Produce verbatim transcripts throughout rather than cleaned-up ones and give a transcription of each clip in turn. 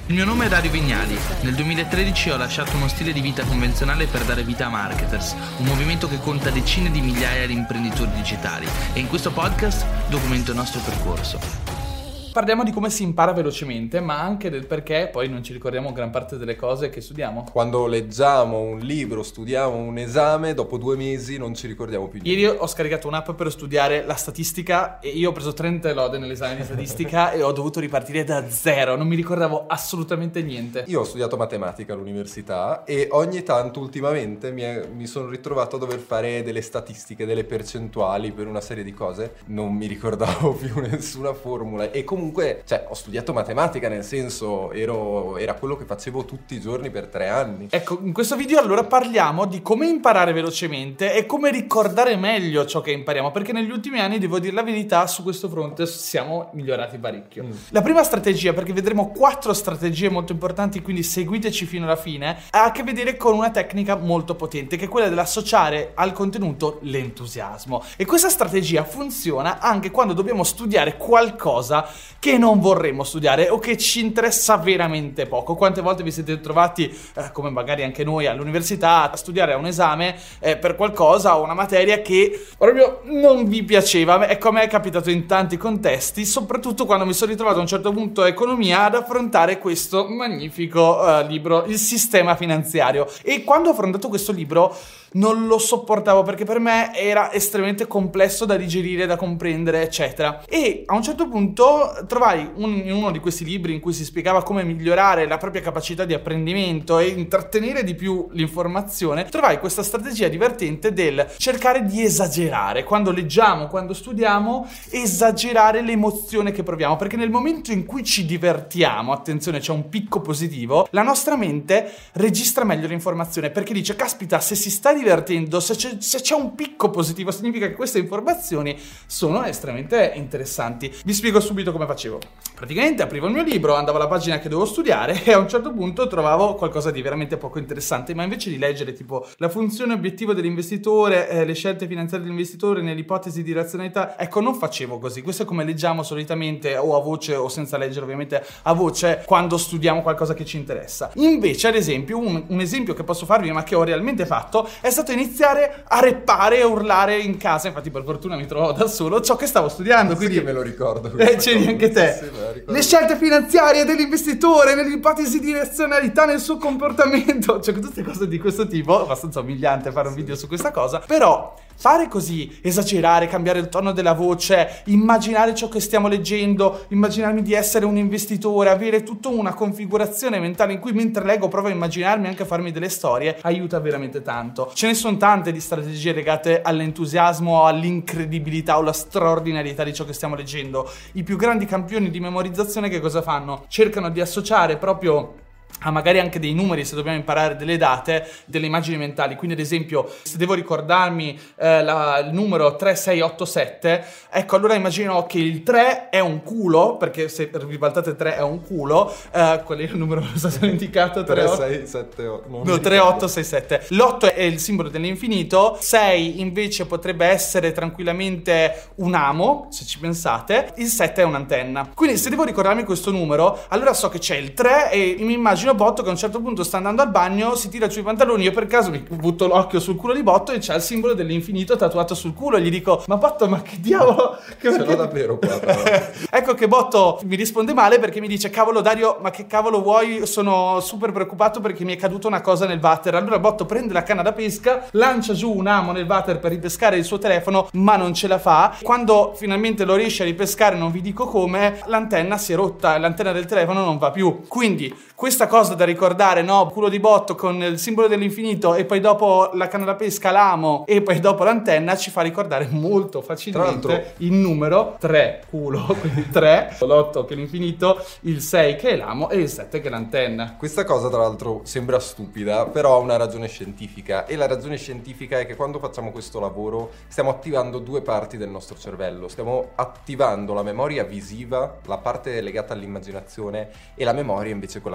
Il mio nome è Dario Vignali. Nel duemilatredici ho lasciato uno stile di vita convenzionale per dare vita a Marketers, un movimento che conta decine di migliaia di imprenditori digitali, e in questo podcast documento il nostro percorso. Parliamo di come si impara velocemente, ma anche del perché poi non ci ricordiamo gran parte delle cose che studiamo. Quando leggiamo un libro, studiamo un esame, dopo due mesi non ci ricordiamo più niente. Ieri ho scaricato un'app per studiare la statistica e io ho preso trenta lode nell'esame di statistica e ho dovuto ripartire da zero, non mi ricordavo assolutamente niente. Io ho studiato matematica all'università e ogni tanto ultimamente mi, è, mi sono ritrovato a dover fare delle statistiche, delle percentuali per una serie di cose. Non mi ricordavo più nessuna formula e comunque Comunque, cioè, ho studiato matematica, nel senso, ero, era quello che facevo tutti i giorni per tre anni. Ecco, in questo video allora parliamo di come imparare velocemente e come ricordare meglio ciò che impariamo, perché negli ultimi anni, devo dire la verità, su questo fronte siamo migliorati parecchio. Mm. La prima strategia, perché vedremo quattro strategie molto importanti, quindi seguiteci fino alla fine, ha a che vedere con una tecnica molto potente, che è quella dell'associare al contenuto l'entusiasmo. E questa strategia funziona anche quando dobbiamo studiare qualcosa che non vorremmo studiare o che ci interessa veramente poco. Quante volte vi siete trovati, eh, come magari anche noi all'università, a studiare a un esame eh, per qualcosa o una materia che proprio non vi piaceva? Ecco, a me è capitato in tanti contesti, soprattutto quando mi sono ritrovato a un certo punto a economia ad affrontare questo magnifico eh, libro, Il sistema finanziario. E quando ho affrontato questo libro non lo sopportavo, perché per me era estremamente complesso da digerire, da comprendere, eccetera. E a un certo punto trovai un, in uno di questi libri in cui si spiegava come migliorare la propria capacità di apprendimento e intrattenere di più l'informazione, trovai questa strategia divertente del cercare di esagerare. Quando leggiamo, quando studiamo, esagerare l'emozione che proviamo, perché nel momento in cui ci divertiamo, attenzione, c'è un picco positivo, la nostra mente registra meglio l'informazione, perché dice: caspita, se si sta divertendo, se c'è, se c'è un picco positivo, significa che queste informazioni sono estremamente interessanti. Vi spiego subito come facevo. Praticamente aprivo il mio libro, andavo alla pagina che dovevo studiare e a un certo punto trovavo qualcosa di veramente poco interessante, ma invece di leggere tipo la funzione obiettivo dell'investitore, eh, le scelte finanziarie dell'investitore nell'ipotesi di razionalità, ecco, non facevo così. Questo è come leggiamo solitamente, o a voce o senza leggere ovviamente a voce, quando studiamo qualcosa che ci interessa. Invece, ad esempio, un, un esempio che posso farvi, ma che ho realmente fatto, è stato iniziare a reppare e urlare in casa. Infatti per fortuna mi trovavo da solo ciò che stavo studiando, quindi che me lo ricordo. Eh, c'eri anche te. Sì, le scelte finanziarie dell'investitore nell'ipotesi di razionalità nel suo comportamento, cioè tutte cose di questo tipo. Abbastanza umiliante fare un video su questa cosa, però fare così, esagerare, cambiare il tono della voce, immaginare ciò che stiamo leggendo, immaginarmi di essere un investitore, avere tutta una configurazione mentale in cui mentre leggo provo a immaginarmi, anche a farmi delle storie, aiuta veramente tanto. Ce ne sono tante di strategie legate all'entusiasmo, all'incredibilità o alla straordinarietà di ciò che stiamo leggendo. I più grandi campioni di memorizzazione che cosa fanno? Cercano di associare proprio a magari anche dei numeri, se dobbiamo imparare delle date, delle immagini mentali. Quindi ad esempio, se devo ricordarmi eh, la, il numero tre sei otto sette, ecco, allora immagino che il tre è un culo, perché se ribaltate tre è un culo, eh, qual è il numero che sono indicato? tre sei sette otto No, tre otto sei sette. L'otto è il simbolo dell'infinito, sei invece potrebbe essere tranquillamente un amo, se ci pensate, il sette è un'antenna. Quindi se devo ricordarmi questo numero, allora so che c'è il tre e mi immagino Botto che a un certo punto sta andando al bagno, si tira giù i pantaloni, io per caso mi butto l'occhio sul culo di Botto e c'è il simbolo dell'infinito tatuato sul culo e gli dico: ma Botto, ma che diavolo, che ce l'ho davvero qua però. Ecco che Botto mi risponde male, perché mi dice: cavolo Dario, ma che cavolo vuoi, sono super preoccupato perché mi è caduta una cosa nel water. Allora Botto prende la canna da pesca, lancia giù un amo nel water per ripescare il suo telefono, ma non ce la fa. Quando finalmente lo riesce a ripescare, non vi dico come, l'antenna si è rotta, l'antenna del telefono non va più. Quindi questa cosa da ricordare, no? Culo di Botto con il simbolo dell'infinito e poi dopo la canna da pesca, l'amo e poi dopo l'antenna, ci fa ricordare molto facilmente il numero tre, culo, quindi tre, l'otto che è l'infinito, il sei che è l'amo e il sette che è l'antenna. Questa cosa tra l'altro sembra stupida, però ha una ragione scientifica, e la ragione scientifica è che quando facciamo questo lavoro stiamo attivando due parti del nostro cervello. Stiamo attivando la memoria visiva, la parte legata all'immaginazione, e la memoria invece quella classica,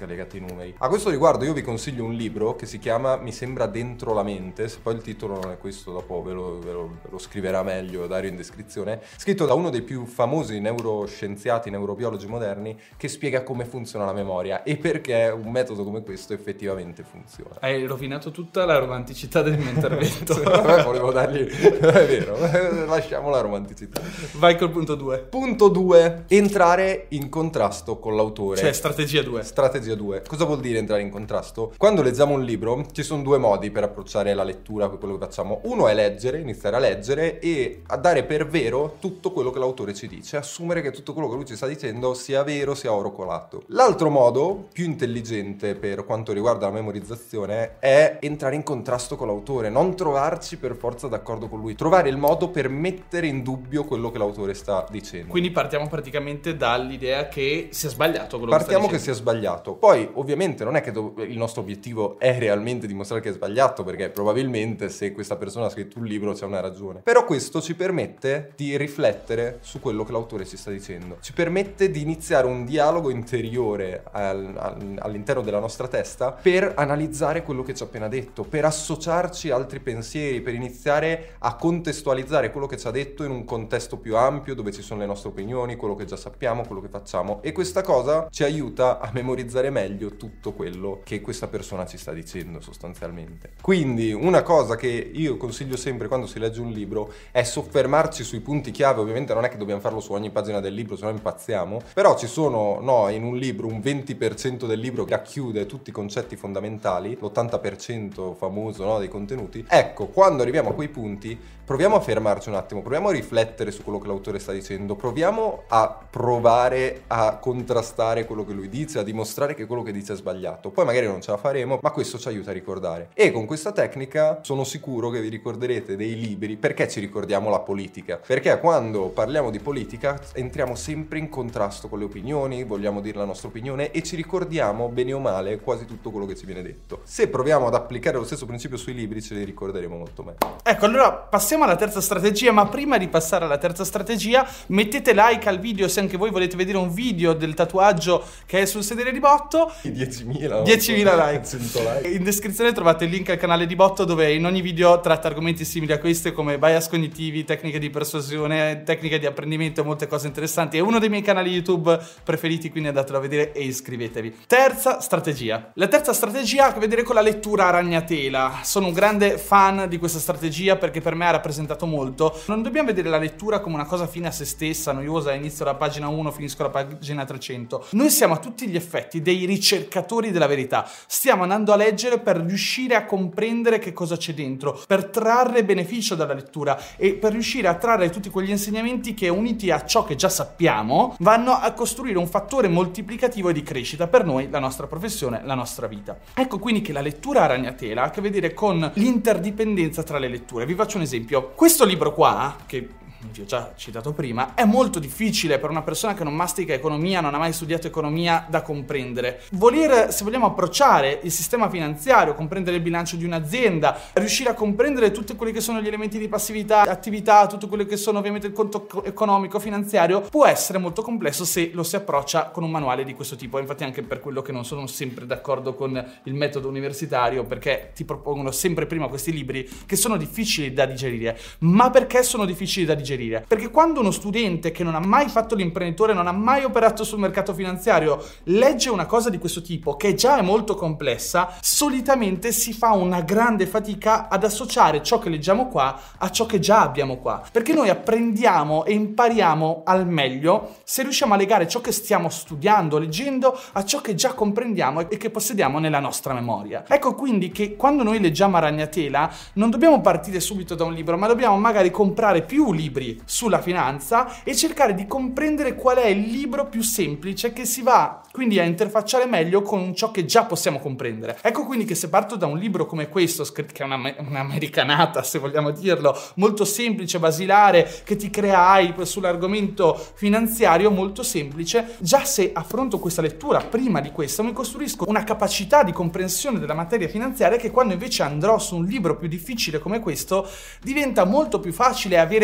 legati ai numeri. A questo riguardo io vi consiglio un libro che si chiama, mi sembra, Dentro la mente, se poi il titolo non è questo dopo ve lo, ve lo, ve lo scriverà meglio Dario in descrizione, scritto da uno dei più famosi neuroscienziati, neurobiologi moderni, che spiega come funziona la memoria e perché un metodo come questo effettivamente funziona. Hai rovinato tutta la romanticità del mio intervento. Vabbè, volevo dargli... è vero, lasciamo la romanticità. Vai col punto due. Punto due. Entrare in contrasto con l'autore. Cioè, strategia due. Strategia due. Cosa vuol dire entrare in contrasto? Quando leggiamo un libro ci sono due modi per approcciare la lettura, quello che facciamo. Uno è leggere, iniziare a leggere e a dare per vero tutto quello che l'autore ci dice, assumere che tutto quello che lui ci sta dicendo sia vero, sia oro colato. L'altro modo, più intelligente per quanto riguarda la memorizzazione, è entrare in contrasto con l'autore, non trovarci per forza d'accordo con lui, trovare il modo per mettere in dubbio quello che l'autore sta dicendo. Quindi partiamo praticamente dall'idea che sia sbagliato quello Partiamo che che sia sbagliato. Poi ovviamente non è che do- il nostro obiettivo è realmente dimostrare che è sbagliato, perché probabilmente se questa persona ha scritto un libro c'è una ragione. Però questo ci permette di riflettere su quello che l'autore ci sta dicendo. Ci permette di iniziare un dialogo interiore al- al- all'interno della nostra testa per analizzare quello che ci ha appena detto, per associarci altri pensieri, per iniziare a contestualizzare quello che ci ha detto in un contesto più ampio dove ci sono le nostre opinioni, quello che già sappiamo, quello che facciamo, e questa cosa ci aiuta a memorizzare meglio tutto quello che questa persona ci sta dicendo sostanzialmente. Quindi una cosa che io consiglio sempre quando si legge un libro è soffermarci sui punti chiave. Ovviamente non è che dobbiamo farlo su ogni pagina del libro, se no impazziamo, però ci sono, no, in un libro un venti per cento del libro che racchiude tutti i concetti fondamentali, l'ottanta per cento famoso, no, dei contenuti. Ecco, quando arriviamo a quei punti proviamo a fermarci un attimo, proviamo a riflettere su quello che l'autore sta dicendo, proviamo a provare a contrastare quello che lui dice, a dimostrare che quello che dice è sbagliato. Poi magari non ce la faremo, ma questo ci aiuta a ricordare. E con questa tecnica sono sicuro che vi ricorderete dei libri. Perché ci ricordiamo la politica? Perché quando parliamo di politica entriamo sempre in contrasto con le opinioni, vogliamo dire la nostra opinione e ci ricordiamo bene o male quasi tutto quello che ci viene detto. Se proviamo ad applicare lo stesso principio sui libri ce li ricorderemo molto meglio. Ecco, allora passiamo alla terza strategia, ma prima di passare alla terza strategia mettete like al video se anche voi volete vedere un video del tatuaggio che è sul sedere di Botto. diecimila diecimila like. cento like. In descrizione trovate il link al canale di Botto, dove in ogni video tratta argomenti simili a questi come bias cognitivi, tecniche di persuasione, tecniche di apprendimento e molte cose interessanti. È uno dei miei canali YouTube preferiti, quindi andatelo a vedere e iscrivetevi. Terza strategia. La terza strategia ha a che vedere con la lettura a ragnatela. Sono un grande fan di questa strategia perché per me ha rappresentato molto. Non dobbiamo vedere la lettura come una cosa fine a se stessa, noiosa, inizio la pagina uno, finisco la pagina trecento. Noi siamo a tutti gli effetti dei ricercatori della verità. Stiamo andando a leggere per riuscire a comprendere che cosa c'è dentro, per trarre beneficio dalla lettura e per riuscire a trarre tutti quegli insegnamenti che, uniti a ciò che già sappiamo, vanno a costruire un fattore moltiplicativo di crescita per noi, la nostra professione, la nostra vita. Ecco quindi che la lettura a ragnatela ha a che vedere con l'interdipendenza tra le letture. Vi faccio un esempio. Questo libro qua, che vi ho già citato prima, è molto difficile per una persona che non mastica economia, non ha mai studiato economia, da comprendere. Voler, se vogliamo approcciare il sistema finanziario, comprendere il bilancio di un'azienda, riuscire a comprendere tutti quelli che sono gli elementi di passività, attività, tutto quello che sono ovviamente il conto economico, finanziario, può essere molto complesso se lo si approccia con un manuale di questo tipo. Infatti anche per quello che non sono sempre d'accordo con il metodo universitario, perché ti propongono sempre prima questi libri che sono difficili da digerire. Ma perché sono difficili da digerire? Perché quando uno studente che non ha mai fatto l'imprenditore, non ha mai operato sul mercato finanziario, legge una cosa di questo tipo, che già è molto complessa, solitamente si fa una grande fatica ad associare ciò che leggiamo qua a ciò che già abbiamo qua. Perché noi apprendiamo e impariamo al meglio se riusciamo a legare ciò che stiamo studiando, leggendo, a ciò che già comprendiamo e che possediamo nella nostra memoria. Ecco quindi che quando noi leggiamo a ragnatela non dobbiamo partire subito da un libro, ma dobbiamo magari comprare più libri sulla finanza e cercare di comprendere qual è il libro più semplice che si va quindi a interfacciare meglio con ciò che già possiamo comprendere. Ecco quindi che se parto da un libro come questo, che è una, un'americanata se vogliamo dirlo, molto semplice, basilare, che ti crea hype sull'argomento finanziario, molto semplice, già se affronto questa lettura prima di questo mi costruisco una capacità di comprensione della materia finanziaria che quando invece andrò su un libro più difficile come questo diventa molto più facile avere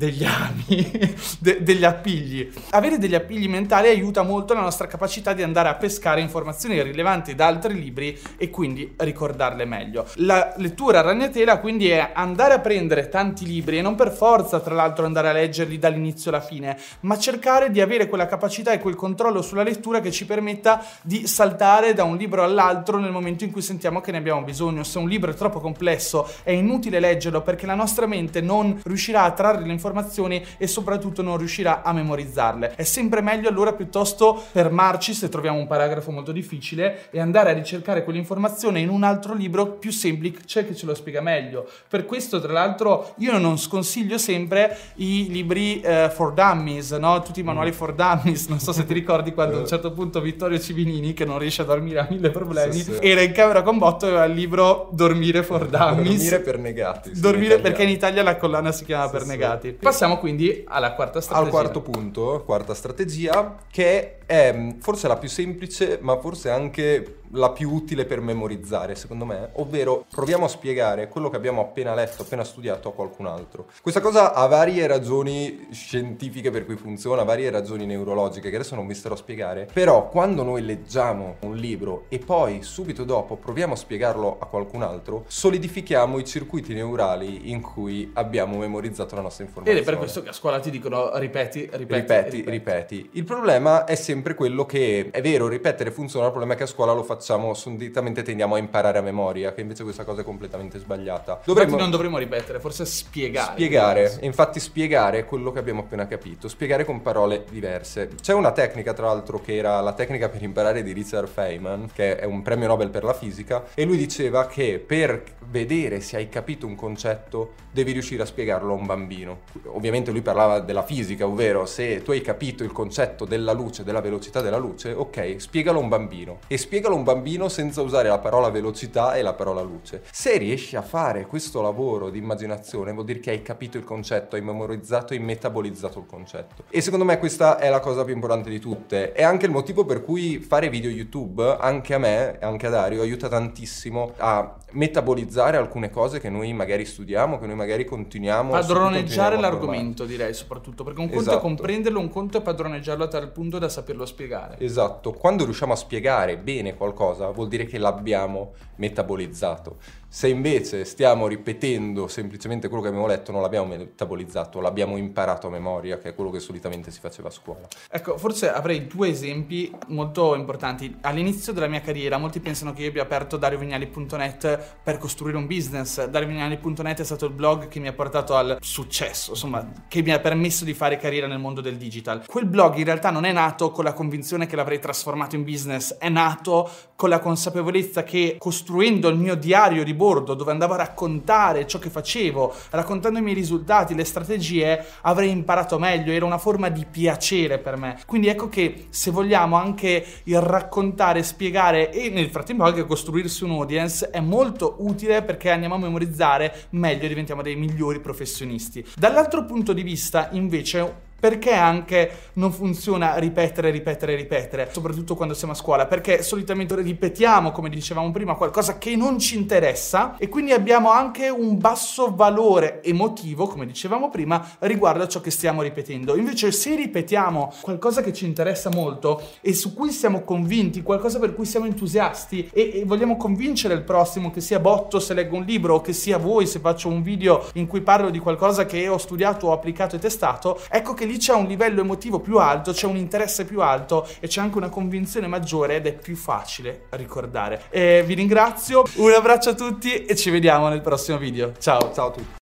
degli ami, de- degli appigli. Avere degli appigli mentali aiuta molto la nostra capacità di andare a pescare informazioni rilevanti da altri libri e quindi ricordarle meglio. La lettura a ragnatela quindi è andare a prendere tanti libri e non per forza tra l'altro andare a leggerli dall'inizio alla fine, ma cercare di avere quella capacità e quel controllo sulla lettura che ci permetta di saltare da un libro all'altro nel momento in cui sentiamo che ne abbiamo bisogno. Se un libro è troppo complesso è inutile leggerlo, perché la nostra mente non riuscirà a trarre le informazioni e soprattutto non riuscirà a memorizzarle. È sempre meglio allora piuttosto fermarci se troviamo un paragrafo molto difficile e andare a ricercare quell'informazione in un altro libro più semplice che ce lo spiega meglio. Per questo tra l'altro io non sconsiglio sempre i libri eh, for dummies, no? Tutti i manuali for dummies. Non so se ti ricordi quando a un certo punto Vittorio Ciminini, che non riesce a dormire, ha mille problemi, sì, sì. era in camera con Botto e aveva il libro Dormire for dummies. Dormire per negati. Sì, Dormire in perché in Italia la collana si chiama sì, per sì. negati. Passiamo quindi alla quarta strategia. Al quarto punto, quarta strategia, che è forse la più semplice, ma forse anche la più utile per memorizzare, secondo me, ovvero proviamo a spiegare quello che abbiamo appena letto, appena studiato a qualcun altro. Questa cosa ha varie ragioni scientifiche per cui funziona, varie ragioni neurologiche che adesso non vi starò a spiegare, però quando noi leggiamo un libro e poi subito dopo proviamo a spiegarlo a qualcun altro, solidifichiamo i circuiti neurali in cui abbiamo memorizzato la nostra informazione. Ed è per questo che a scuola ti dicono ripeti, ripeti, ripeti, ripeti. ripeti. Il problema è sempre quello che, è vero, ripetere funziona, il problema è che a scuola lo facciamo solitamente tendiamo a imparare a memoria, che invece questa cosa è completamente sbagliata. Dovremmo... Infatti non dovremmo ripetere, forse spiegare. Spiegare, e infatti spiegare quello che abbiamo appena capito, spiegare con parole diverse. C'è una tecnica, tra l'altro, che era la tecnica per imparare di Richard Feynman, che è un premio Nobel per la fisica, e lui diceva che per vedere se hai capito un concetto devi riuscire a spiegarlo a un bambino. Ovviamente lui parlava della fisica, ovvero se tu hai capito il concetto della luce, della velocità della luce, ok, spiegalo a un bambino, e spiegalo a un bambino senza usare la parola velocità e la parola luce. Se riesci a fare questo lavoro di immaginazione vuol dire che hai capito il concetto, hai memorizzato e metabolizzato il concetto. E secondo me questa è la cosa più importante di tutte. È anche il motivo per cui fare video YouTube, anche a me, anche a Dario, aiuta tantissimo a metabolizzare alcune cose che noi magari studiamo, che noi magari continuiamo padroneggiare l'argomento, direi, soprattutto, perché un conto esatto. è comprenderlo, un conto è padroneggiarlo a tal punto da saperlo spiegare. Esatto, quando riusciamo a spiegare bene qualcosa vuol dire che l'abbiamo metabolizzato. Se invece stiamo ripetendo semplicemente quello che abbiamo letto, non l'abbiamo metabolizzato, l'abbiamo imparato a memoria, che è quello che solitamente si faceva a scuola. Ecco, forse avrei due esempi molto importanti. All'inizio della mia carriera molti pensano che io abbia aperto dario vignali punto net per costruire un business. dario vignali punto net è stato il blog che mi ha portato al successo, insomma, che mi ha permesso di fare carriera nel mondo del digital. Quel blog in realtà non è nato con la convinzione che l'avrei trasformato in business, è nato con la consapevolezza che costruendo il mio diario di bordo, dove andavo a raccontare ciò che facevo, raccontando i miei risultati, le strategie, avrei imparato meglio, era una forma di piacere per me. Quindi ecco che se vogliamo anche il raccontare, spiegare e nel frattempo anche costruirsi un audience è molto utile, perché andiamo a memorizzare meglio e diventiamo dei migliori professionisti. Dall'altro punto di vista invece, perché anche non funziona ripetere, ripetere, ripetere, soprattutto quando siamo a scuola? Perché solitamente ripetiamo, come dicevamo prima, qualcosa che non ci interessa e quindi abbiamo anche un basso valore emotivo, come dicevamo prima, riguardo a ciò che stiamo ripetendo. Invece se ripetiamo qualcosa che ci interessa molto e su cui siamo convinti, qualcosa per cui siamo entusiasti e, e vogliamo convincere il prossimo, che sia Botto se leggo un libro o che sia voi se faccio un video in cui parlo di qualcosa che ho studiato, ho applicato e testato, ecco che lì c'è un livello emotivo più alto, c'è un interesse più alto e c'è anche una convinzione maggiore ed è più facile ricordare. E vi ringrazio, un abbraccio a tutti e ci vediamo nel prossimo video. Ciao. Ciao a tutti.